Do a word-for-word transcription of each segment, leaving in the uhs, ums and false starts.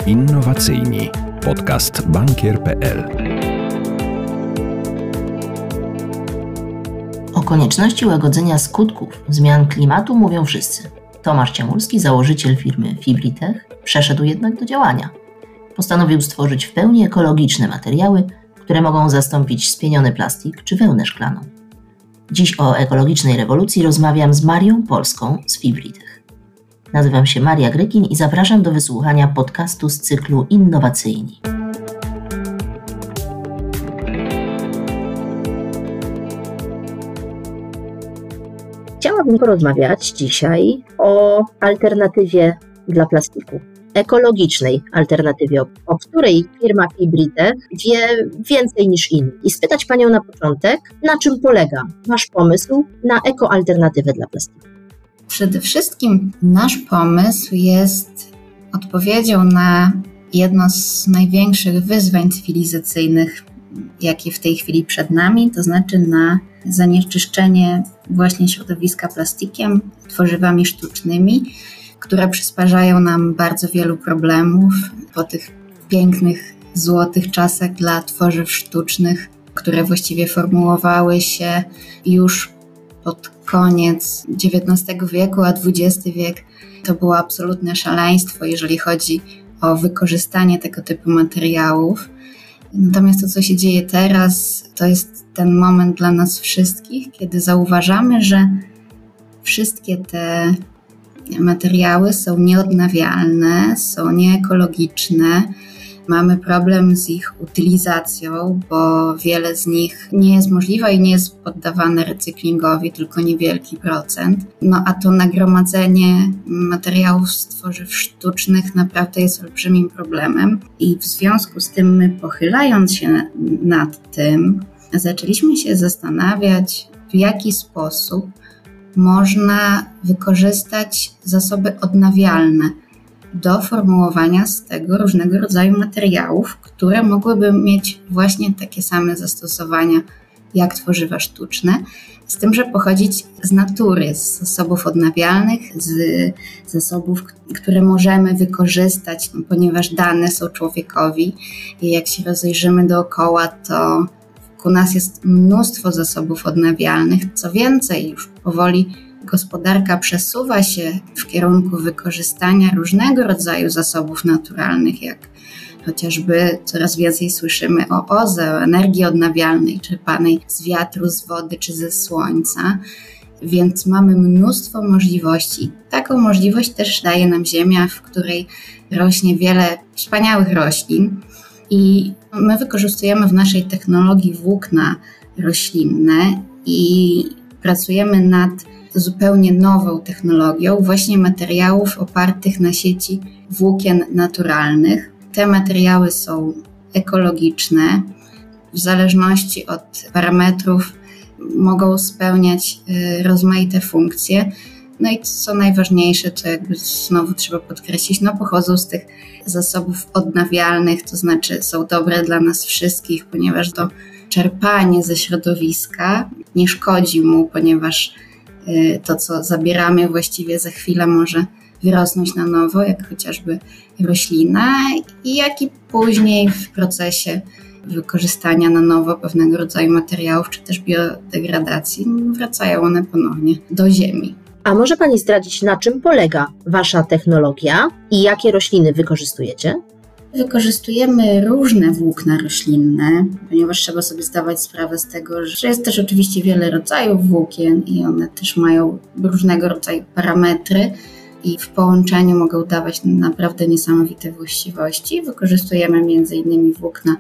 Innowacyjni. Podcast bankier kropka pe el. O konieczności łagodzenia skutków zmian klimatu mówią wszyscy. Tomasz Ciamulski, założyciel firmy Fibritech, przeszedł jednak do działania. Postanowił stworzyć w pełni ekologiczne materiały, które mogą zastąpić spieniony plastik czy wełnę szklaną. Dziś o ekologicznej rewolucji rozmawiam z Marią Polską z Fibritech. Nazywam się Maria Grykin i zapraszam do wysłuchania podcastu z cyklu Innowacyjni. Chciałabym porozmawiać dzisiaj o alternatywie dla plastiku. Ekologicznej alternatywie, o której firma Fibritech wie więcej niż inni. I spytać Panią na początek, na czym polega Wasz pomysł na ekoalternatywę dla plastiku? Przede wszystkim nasz pomysł jest odpowiedzią na jedno z największych wyzwań cywilizacyjnych, jakie w tej chwili przed nami, to znaczy na zanieczyszczenie właśnie środowiska plastikiem, tworzywami sztucznymi, które przysparzają nam bardzo wielu problemów po tych pięknych, złotych czasach dla tworzyw sztucznych, które właściwie formułowały się już pod koniec dziewiętnastego wieku, a dwudziesty wiek to było absolutne szaleństwo, jeżeli chodzi o wykorzystanie tego typu materiałów. Natomiast to, co się dzieje teraz, to jest ten moment dla nas wszystkich, kiedy zauważamy, że wszystkie te materiały są nieodnawialne, są nieekologiczne. Mamy problem z ich utylizacją, bo wiele z nich nie jest możliwe i nie jest poddawane recyklingowi, tylko niewielki procent. No a to nagromadzenie materiałów z tworzyw sztucznych naprawdę jest olbrzymim problemem. I w związku z tym my, pochylając się nad tym, zaczęliśmy się zastanawiać, w jaki sposób można wykorzystać zasoby odnawialne do formułowania z tego różnego rodzaju materiałów, które mogłyby mieć właśnie takie same zastosowania jak tworzywa sztuczne, z tym, że pochodzić z natury, z zasobów odnawialnych, z zasobów, które możemy wykorzystać, no, ponieważ dane są człowiekowi i jak się rozejrzymy dookoła, to u nas jest mnóstwo zasobów odnawialnych. Co więcej, już powoli gospodarka przesuwa się w kierunku wykorzystania różnego rodzaju zasobów naturalnych, jak chociażby coraz więcej słyszymy o O Z E, o energii odnawialnej czerpanej z wiatru, z wody czy ze słońca. Więc mamy mnóstwo możliwości. Taką możliwość też daje nam Ziemia, w której rośnie wiele wspaniałych roślin. I my wykorzystujemy w naszej technologii włókna roślinne i pracujemy nad zupełnie nową technologią właśnie materiałów opartych na sieci włókien naturalnych. Te materiały są ekologiczne, w zależności od parametrów mogą spełniać rozmaite funkcje. No i co najważniejsze, to jakby znowu trzeba podkreślić, no pochodzą z tych zasobów odnawialnych, to znaczy są dobre dla nas wszystkich, ponieważ to czerpanie ze środowiska nie szkodzi mu, ponieważ to, co zabieramy, właściwie za chwilę może wyrosnąć na nowo, jak chociażby roślina, i jak i później w procesie wykorzystania na nowo pewnego rodzaju materiałów, czy też biodegradacji, wracają one ponownie do ziemi. A może Pani zdradzić, na czym polega Wasza technologia i jakie rośliny wykorzystujecie? Wykorzystujemy różne włókna roślinne, ponieważ trzeba sobie zdawać sprawę z tego, że jest też oczywiście wiele rodzajów włókien i one też mają różnego rodzaju parametry i w połączeniu mogą dawać naprawdę niesamowite właściwości. Wykorzystujemy między innymi włókna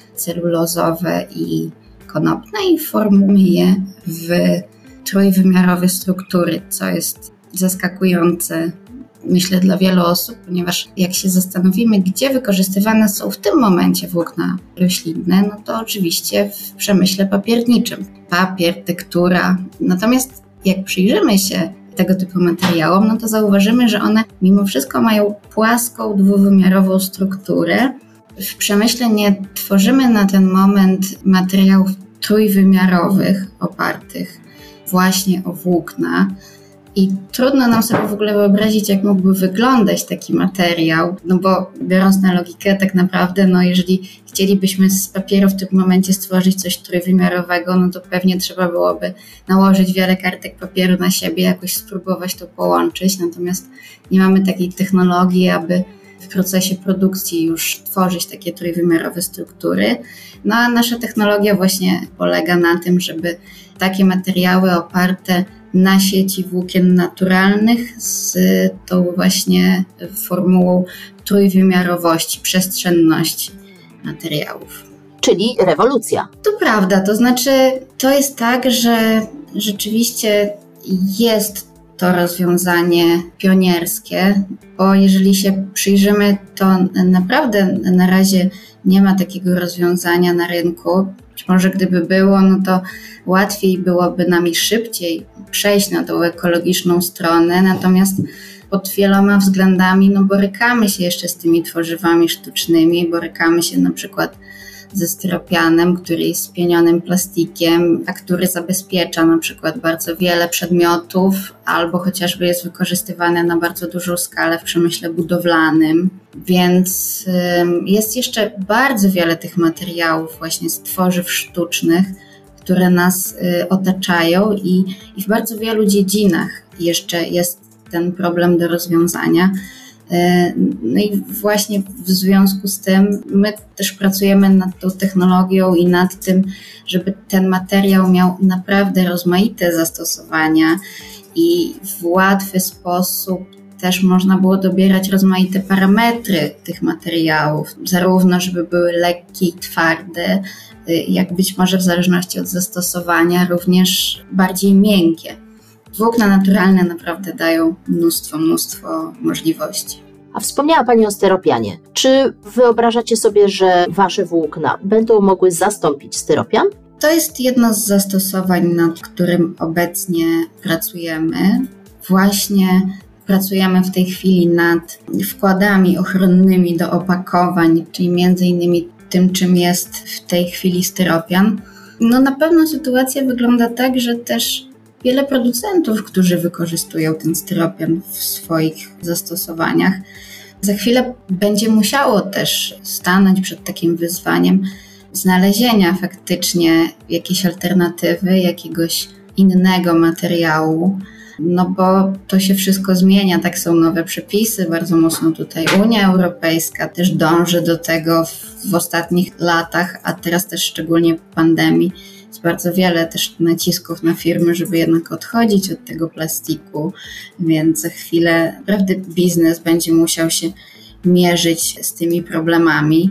celulozowe i konopne i formujemy je w trójwymiarowe struktury, co jest zaskakujące, myślę, dla wielu osób, ponieważ jak się zastanowimy, gdzie wykorzystywane są w tym momencie włókna roślinne, no to oczywiście w przemyśle papierniczym. Papier, tektura. Natomiast jak przyjrzymy się tego typu materiałom, no to zauważymy, że one mimo wszystko mają płaską, dwuwymiarową strukturę. W przemyśle nie tworzymy na ten moment materiałów trójwymiarowych, opartych właśnie o włókna, I trudno nam sobie w ogóle wyobrazić, jak mógłby wyglądać taki materiał, no bo biorąc na logikę, tak naprawdę, no jeżeli chcielibyśmy z papieru w tym momencie stworzyć coś trójwymiarowego, no to pewnie trzeba byłoby nałożyć wiele kartek papieru na siebie, jakoś spróbować to połączyć, natomiast nie mamy takiej technologii, aby w procesie produkcji już tworzyć takie trójwymiarowe struktury. No a nasza technologia właśnie polega na tym, żeby takie materiały oparte na sieci włókien naturalnych z tą właśnie formułą trójwymiarowości, przestrzenności materiałów. Czyli rewolucja. To prawda, to znaczy to jest tak, że rzeczywiście jest to rozwiązanie pionierskie, bo jeżeli się przyjrzymy, to naprawdę na razie nie ma takiego rozwiązania na rynku. Być może gdyby było, no to łatwiej byłoby nam i szybciej przejść na tą ekologiczną stronę, natomiast pod wieloma względami no borykamy się jeszcze z tymi tworzywami sztucznymi, borykamy się na przykład ze styropianem, który jest spienionym plastikiem, a który zabezpiecza na przykład bardzo wiele przedmiotów albo chociażby jest wykorzystywany na bardzo dużą skalę w przemyśle budowlanym. Więc jest jeszcze bardzo wiele tych materiałów właśnie z tworzyw sztucznych, które nas otaczają i, i w bardzo wielu dziedzinach jeszcze jest ten problem do rozwiązania. No i właśnie w związku z tym my też pracujemy nad tą technologią i nad tym, żeby ten materiał miał naprawdę rozmaite zastosowania i w łatwy sposób też można było dobierać rozmaite parametry tych materiałów, zarówno żeby były lekkie i twarde, jak być może w zależności od zastosowania również bardziej miękkie. Włókna naturalne naprawdę dają mnóstwo, mnóstwo możliwości. A wspomniała Pani o styropianie. Czy wyobrażacie sobie, że Wasze włókna będą mogły zastąpić styropian? To jest jedno z zastosowań, nad którym obecnie pracujemy. Właśnie pracujemy w tej chwili nad wkładami ochronnymi do opakowań, czyli między innymi tym, czym jest w tej chwili styropian. No na pewno sytuacja wygląda tak, że też wiele producentów, którzy wykorzystują ten styropian w swoich zastosowaniach, za chwilę będzie musiało też stanąć przed takim wyzwaniem znalezienia faktycznie jakiejś alternatywy, jakiegoś innego materiału, no bo to się wszystko zmienia, tak są nowe przepisy, bardzo mocno tutaj Unia Europejska też dąży do tego w, w ostatnich latach, a teraz też szczególnie po pandemii. Jest bardzo wiele też nacisków na firmy, żeby jednak odchodzić od tego plastiku, więc za chwilę naprawdę biznes będzie musiał się mierzyć z tymi problemami.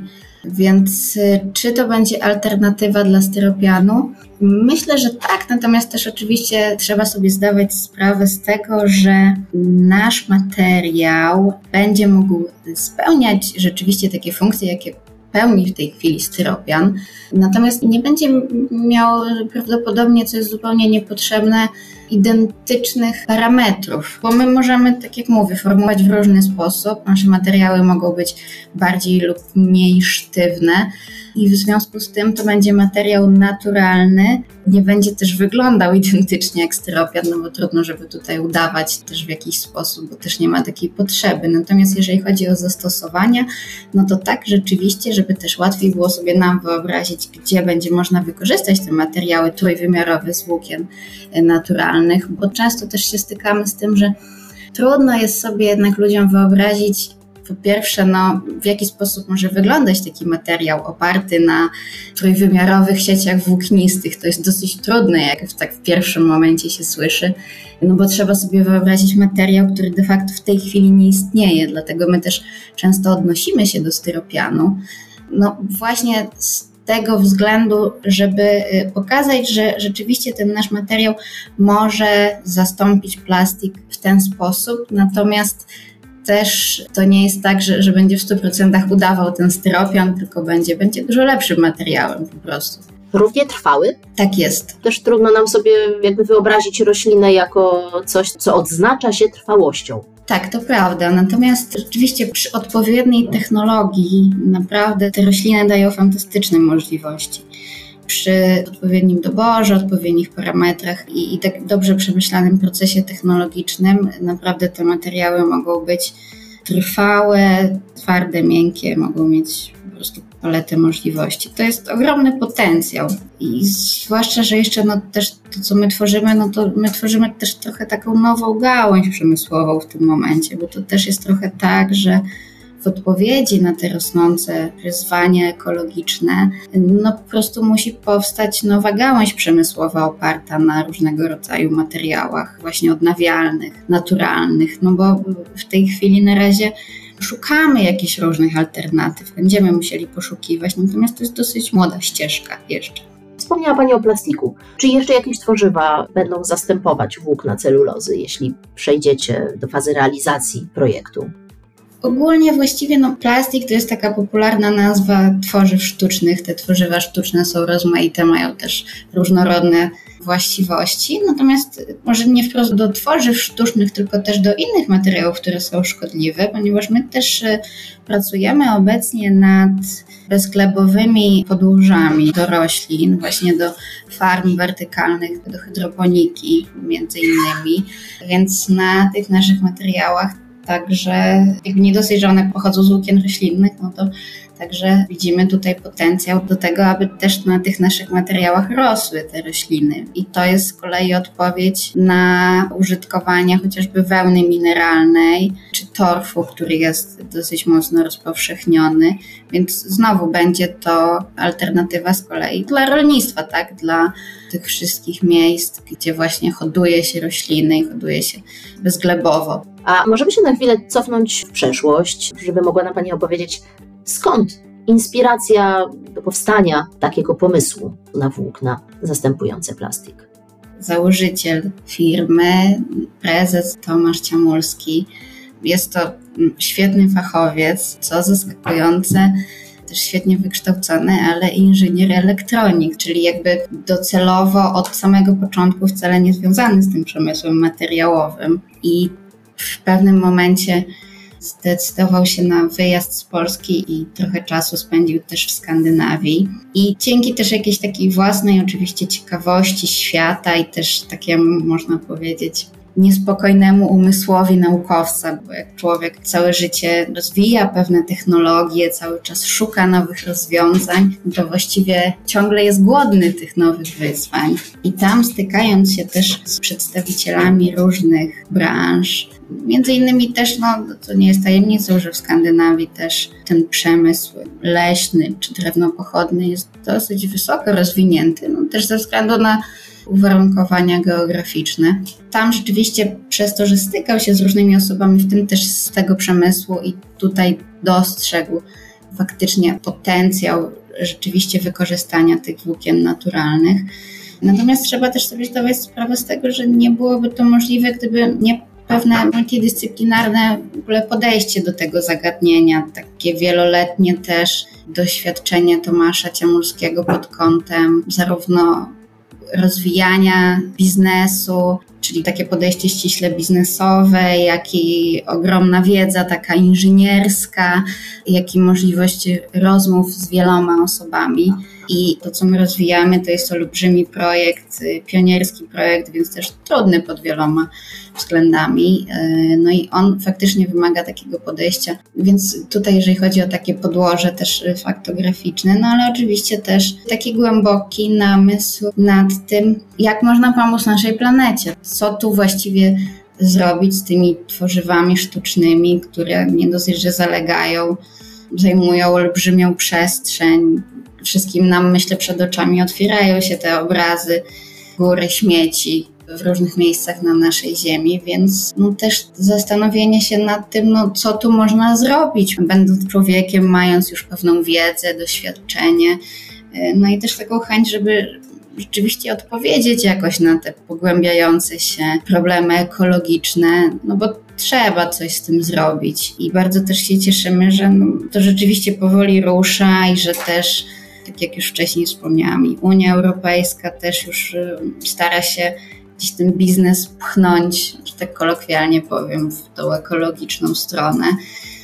Więc czy to będzie alternatywa dla styropianu? Myślę, że tak, natomiast też oczywiście trzeba sobie zdawać sprawę z tego, że nasz materiał będzie mógł spełniać rzeczywiście takie funkcje, jakie pełni w tej chwili styropian, natomiast nie będzie miał prawdopodobnie, co jest zupełnie niepotrzebne, identycznych parametrów, bo my możemy, tak jak mówię, formułować w różny sposób. Nasze materiały mogą być bardziej lub mniej sztywne i w związku z tym to będzie materiał naturalny, nie będzie też wyglądał identycznie jak styropian, no bo trudno, żeby tutaj udawać też w jakiś sposób, bo też nie ma takiej potrzeby. Natomiast jeżeli chodzi o zastosowania, no to tak rzeczywiście, żeby też łatwiej było sobie nam wyobrazić, gdzie będzie można wykorzystać te materiały trójwymiarowe z włókien naturalnych, bo często też się stykamy z tym, że trudno jest sobie jednak ludziom wyobrazić, po pierwsze, no, w jaki sposób może wyglądać taki materiał oparty na trójwymiarowych sieciach włóknistych. To jest dosyć trudne, jak w, tak w pierwszym momencie się słyszy, no bo trzeba sobie wyobrazić materiał, który de facto w tej chwili nie istnieje, dlatego my też często odnosimy się do styropianu. No właśnie z tego względu, żeby pokazać, że rzeczywiście ten nasz materiał może zastąpić plastik w ten sposób, natomiast też to nie jest tak, że, że będzie w stu procentach udawał ten styropian, tylko będzie, będzie dużo lepszym materiałem po prostu. Równie trwały? Tak jest. Też trudno nam sobie jakby wyobrazić roślinę jako coś, co odznacza się trwałością. Tak, to prawda. Natomiast rzeczywiście przy odpowiedniej technologii naprawdę te rośliny dają fantastyczne możliwości. przy odpowiednim doborze, odpowiednich parametrach i, i tak dobrze przemyślanym procesie technologicznym naprawdę te materiały mogą być trwałe, twarde, miękkie, mogą mieć po prostu paletę możliwości. To jest ogromny potencjał i zwłaszcza, że jeszcze no, też to, co my tworzymy, no to my tworzymy też trochę taką nową gałąź przemysłową w tym momencie, bo to też jest trochę tak, że w odpowiedzi na te rosnące wyzwania ekologiczne, no po prostu musi powstać nowa gałąź przemysłowa oparta na różnego rodzaju materiałach, właśnie odnawialnych, naturalnych, no bo w tej chwili na razie szukamy jakichś różnych alternatyw, będziemy musieli poszukiwać, natomiast to jest dosyć młoda ścieżka jeszcze. Wspomniała Pani o plastiku. Czy jeszcze jakieś tworzywa będą zastępować włókna celulozy, jeśli przejdziecie do fazy realizacji projektu? Ogólnie właściwie no, plastik to jest taka popularna nazwa tworzyw sztucznych. Te tworzywa sztuczne są rozmaite, mają też różnorodne właściwości. Natomiast może nie wprost do tworzyw sztucznych, tylko też do innych materiałów, które są szkodliwe, ponieważ my też pracujemy obecnie nad bezglebowymi podłożami do roślin, właśnie do farm wertykalnych, do hydroponiki między innymi. Więc na tych naszych materiałach także jakby nie dosyć, że one pochodzą z włókien roślinnych, no to także widzimy tutaj potencjał do tego, aby też na tych naszych materiałach rosły te rośliny. I to jest z kolei odpowiedź na użytkowanie chociażby wełny mineralnej czy torfu, który jest dosyć mocno rozpowszechniony, więc znowu będzie to alternatywa z kolei dla rolnictwa, tak? Dla tych wszystkich miejsc, gdzie właśnie hoduje się rośliny i hoduje się bezglebowo. A możemy się na chwilę cofnąć w przeszłość, żeby mogła nam Pani opowiedzieć, skąd inspiracja do powstania takiego pomysłu na włókna zastępujące plastik? Założyciel firmy, prezes Tomasz Ciamulski. Jest to świetny fachowiec, co zaskakujące, też świetnie wykształcony, ale inżynier elektronik, czyli jakby docelowo od samego początku wcale nie związany z tym przemysłem materiałowym. I w pewnym momencie zdecydował się na wyjazd z Polski i trochę czasu spędził też w Skandynawii. I dzięki też jakiejś takiej własnej oczywiście ciekawości świata i też takiemu, można powiedzieć, niespokojnemu umysłowi naukowca, bo jak człowiek całe życie rozwija pewne technologie, cały czas szuka nowych rozwiązań, to właściwie ciągle jest głodny tych nowych wyzwań. I tam stykając się też z przedstawicielami różnych branż, między innymi też, no to nie jest tajemnicą, że w Skandynawii też ten przemysł leśny czy drewnopochodny jest dosyć wysoko rozwinięty, no też ze względu na uwarunkowania geograficzne. Tam rzeczywiście przez to, że stykał się z różnymi osobami, w tym też z tego przemysłu i tutaj dostrzegł faktycznie potencjał rzeczywiście wykorzystania tych włókien naturalnych. Natomiast trzeba też sobie zdawać sprawę z tego, że nie byłoby to możliwe, gdyby nie pewne multidyscyplinarne w ogóle podejście do tego zagadnienia, takie wieloletnie też doświadczenie Tomasza Ciamulskiego pod kątem zarówno rozwijania biznesu, czyli takie podejście ściśle biznesowe, jak i ogromna wiedza taka inżynierska, jak i możliwość rozmów z wieloma osobami. I to, co my rozwijamy, to jest olbrzymi projekt, pionierski projekt, więc też trudny pod wieloma względami. No i on faktycznie wymaga takiego podejścia. Więc tutaj, jeżeli chodzi o takie podłoże też faktograficzne, no ale oczywiście też taki głęboki namysł nad tym, jak można pomóc naszej planecie. Co tu właściwie zrobić z tymi tworzywami sztucznymi, które nie dosyć, że zalegają, zajmują olbrzymią przestrzeń. Wszystkim nam, myślę, przed oczami otwierają się te obrazy góry śmieci w różnych miejscach na naszej ziemi, więc no, też zastanowienie się nad tym, no, co tu można zrobić, będąc człowiekiem, mając już pewną wiedzę, doświadczenie, no i też taką chęć, żeby rzeczywiście odpowiedzieć jakoś na te pogłębiające się problemy ekologiczne, no bo trzeba coś z tym zrobić i bardzo też się cieszymy, że no, to rzeczywiście powoli rusza i że też, tak jak już wcześniej wspomniałam, i Unia Europejska też już stara się gdzieś ten biznes pchnąć, że tak kolokwialnie powiem, w tą ekologiczną stronę.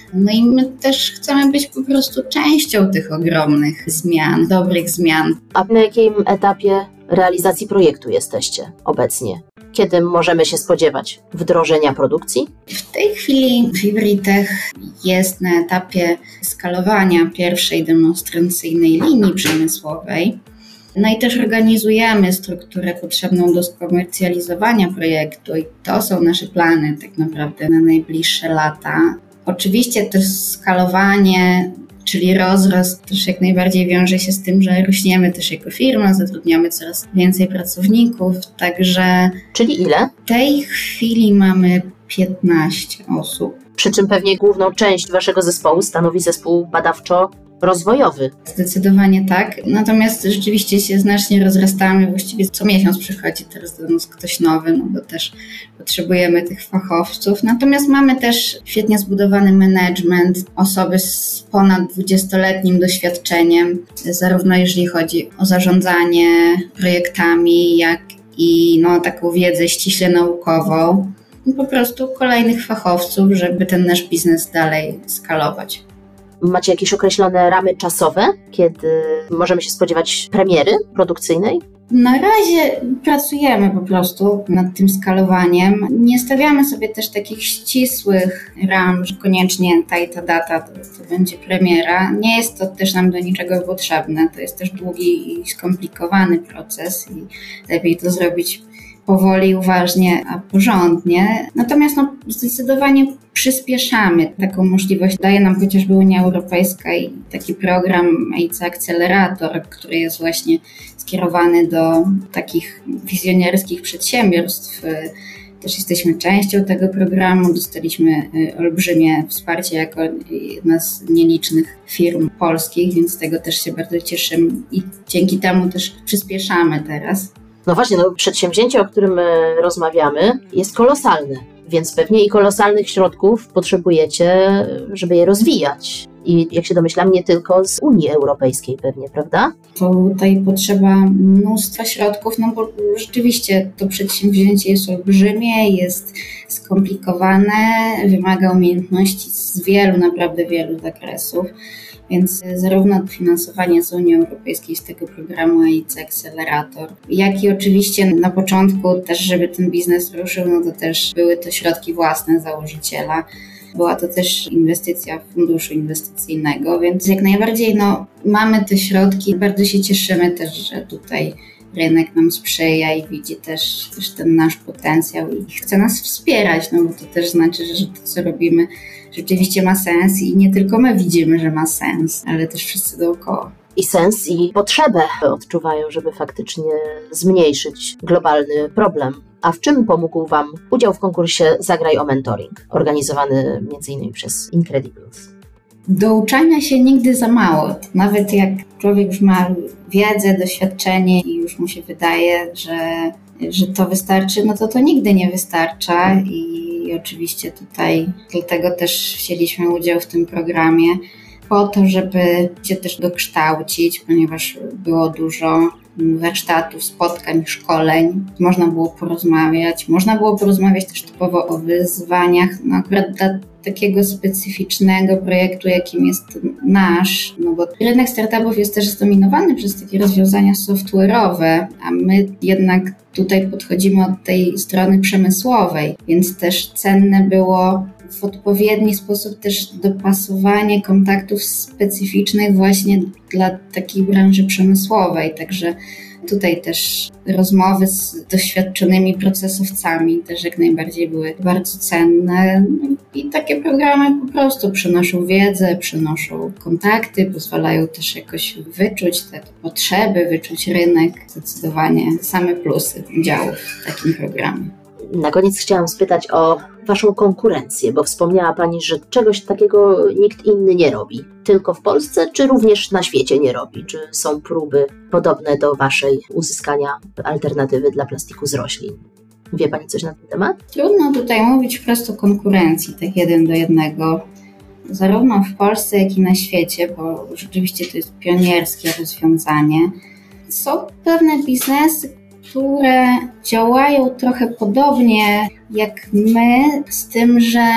No i my też chcemy być po prostu częścią tych ogromnych zmian, dobrych zmian. A na jakim etapie realizacji projektu jesteście obecnie? Kiedy możemy się spodziewać wdrożenia produkcji? W tej chwili Fibritech jest na etapie skalowania pierwszej demonstracyjnej linii przemysłowej. No i też organizujemy strukturę potrzebną do skomercjalizowania projektu i to są nasze plany tak naprawdę na najbliższe lata. Oczywiście to skalowanie, czyli rozrost też jak najbardziej wiąże się z tym, że rośniemy też jako firma, zatrudniamy coraz więcej pracowników, także... Czyli ile? W tej chwili mamy piętnaście osób. Przy czym pewnie główną część waszego zespołu stanowi zespół badawczo-rozwojowy. Zdecydowanie tak, natomiast rzeczywiście się znacznie rozrastamy, właściwie co miesiąc przychodzi teraz do nas ktoś nowy, no bo też potrzebujemy tych fachowców. Natomiast mamy też świetnie zbudowany management, osoby z ponad dwudziestoletnim doświadczeniem, zarówno jeżeli chodzi o zarządzanie projektami, jak i no, taką wiedzę ściśle naukową. I po prostu kolejnych fachowców, żeby ten nasz biznes dalej skalować. Macie jakieś określone ramy czasowe, kiedy możemy się spodziewać premiery produkcyjnej? Na razie pracujemy po prostu nad tym skalowaniem. Nie stawiamy sobie też takich ścisłych ram, że koniecznie ta i ta data to, to będzie premiera. Nie jest to też nam do niczego potrzebne. To jest też długi i skomplikowany proces i lepiej to zrobić powoli, uważnie, a porządnie. Natomiast no, zdecydowanie przyspieszamy. Taką możliwość daje nam chociażby Unia Europejska i taki program E I C Accelerator, który jest właśnie skierowany do takich wizjonerskich przedsiębiorstw. Też jesteśmy częścią tego programu. Dostaliśmy olbrzymie wsparcie jako jedna z nielicznych firm polskich, więc z tego też się bardzo cieszymy i dzięki temu też przyspieszamy teraz. No właśnie, no przedsięwzięcie, o którym rozmawiamy, jest kolosalne, więc pewnie i kolosalnych środków potrzebujecie, żeby je rozwijać. I jak się domyślam, nie tylko z Unii Europejskiej pewnie, prawda? Tutaj potrzeba mnóstwa środków, no bo rzeczywiście to przedsięwzięcie jest olbrzymie, jest skomplikowane, wymaga umiejętności z wielu, naprawdę wielu zakresów. Więc zarówno finansowanie z Unii Europejskiej z tego programu E I C Accelerator, jak i oczywiście na początku też, żeby ten biznes ruszył, no to też były to środki własne założyciela. Była to też inwestycja funduszu inwestycyjnego, więc jak najbardziej no, mamy te środki. Bardzo się cieszymy też, że tutaj rynek nam sprzyja i widzi też, też ten nasz potencjał i chce nas wspierać, no bo to też znaczy, że to, co robimy, rzeczywiście ma sens i nie tylko my widzimy, że ma sens, ale też wszyscy dookoła. I sens, i potrzebę odczuwają, żeby faktycznie zmniejszyć globalny problem. A w czym pomógł Wam udział w konkursie Zagraj o Mentoring, organizowany między innymi przez Incredibles? Do uczenia się nigdy za mało. Nawet jak człowiek już ma wiedzę, doświadczenie i już mu się wydaje, że, że to wystarczy, no to to nigdy nie wystarcza i oczywiście tutaj dlatego też wzięliśmy udział w tym programie po to, żeby się też dokształcić, ponieważ było dużo warsztatów, spotkań, szkoleń. Można było porozmawiać. Można było porozmawiać też typowo o wyzwaniach. No akurat dla takiego specyficznego projektu, jakim jest nasz, no bo rynek startupów jest też zdominowany przez takie rozwiązania software'owe, a my jednak tutaj podchodzimy od tej strony przemysłowej, więc też cenne było w odpowiedni sposób też dopasowanie kontaktów specyficznych właśnie dla takiej branży przemysłowej. Także tutaj też rozmowy z doświadczonymi procesowcami też jak najbardziej były bardzo cenne. I takie programy po prostu przynoszą wiedzę, przynoszą kontakty, pozwalają też jakoś wyczuć te potrzeby, wyczuć rynek. Zdecydowanie same plusy udziału w takim programie. Na koniec chciałam spytać o Waszą konkurencję, bo wspomniała Pani, że czegoś takiego nikt inny nie robi. Tylko w Polsce, czy również na świecie nie robi? Czy są próby podobne do Waszej uzyskania alternatywy dla plastiku z roślin? Wie Pani coś na ten temat? Trudno tutaj mówić wprost o konkurencji, tak jeden do jednego. Zarówno w Polsce, jak i na świecie, bo rzeczywiście to jest pionierskie rozwiązanie. Są pewne biznesy, które działają trochę podobnie jak my, z tym, że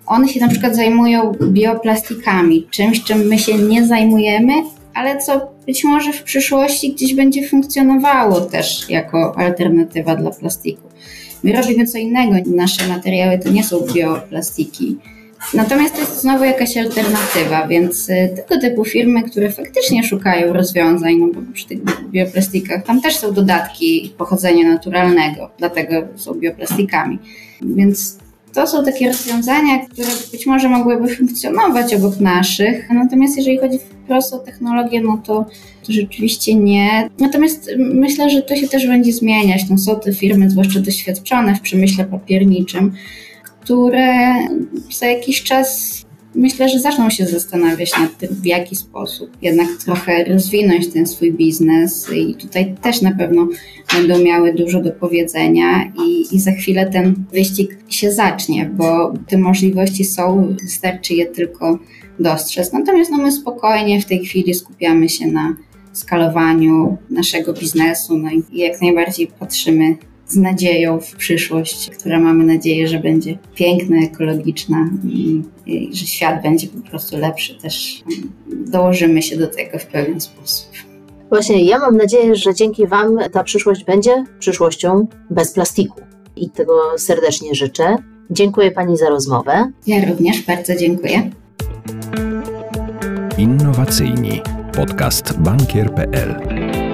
one się na przykład zajmują bioplastikami, czymś, czym my się nie zajmujemy, ale co być może w przyszłości gdzieś będzie funkcjonowało też jako alternatywa dla plastiku. My robimy co innego, nasze materiały to nie są bioplastiki. Natomiast to jest znowu jakaś alternatywa, więc tego typu firmy, które faktycznie szukają rozwiązań, no bo przy tych bioplastikach tam też są dodatki pochodzenia naturalnego, dlatego są bioplastikami. Więc to są takie rozwiązania, które być może mogłyby funkcjonować obok naszych, natomiast jeżeli chodzi wprost o technologię, no to, to rzeczywiście nie. Natomiast myślę, że to się też będzie zmieniać. No są te firmy, zwłaszcza doświadczone w przemyśle papierniczym, które za jakiś czas myślę, że zaczną się zastanawiać nad tym, w jaki sposób jednak trochę rozwinąć ten swój biznes i tutaj też na pewno będą miały dużo do powiedzenia i, i za chwilę ten wyścig się zacznie, bo te możliwości są, wystarczy je tylko dostrzec. Natomiast no my spokojnie w tej chwili skupiamy się na skalowaniu naszego biznesu, no i jak najbardziej patrzymy z nadzieją w przyszłość, która mamy nadzieję, że będzie piękna, ekologiczna i, i że świat będzie po prostu lepszy. Też dołożymy się do tego w pewien sposób. Właśnie ja mam nadzieję, że dzięki Wam ta przyszłość będzie przyszłością bez plastiku i tego serdecznie życzę. Dziękuję Pani za rozmowę. Ja również bardzo dziękuję. Innowacyjni. Podcast bankier kropka p l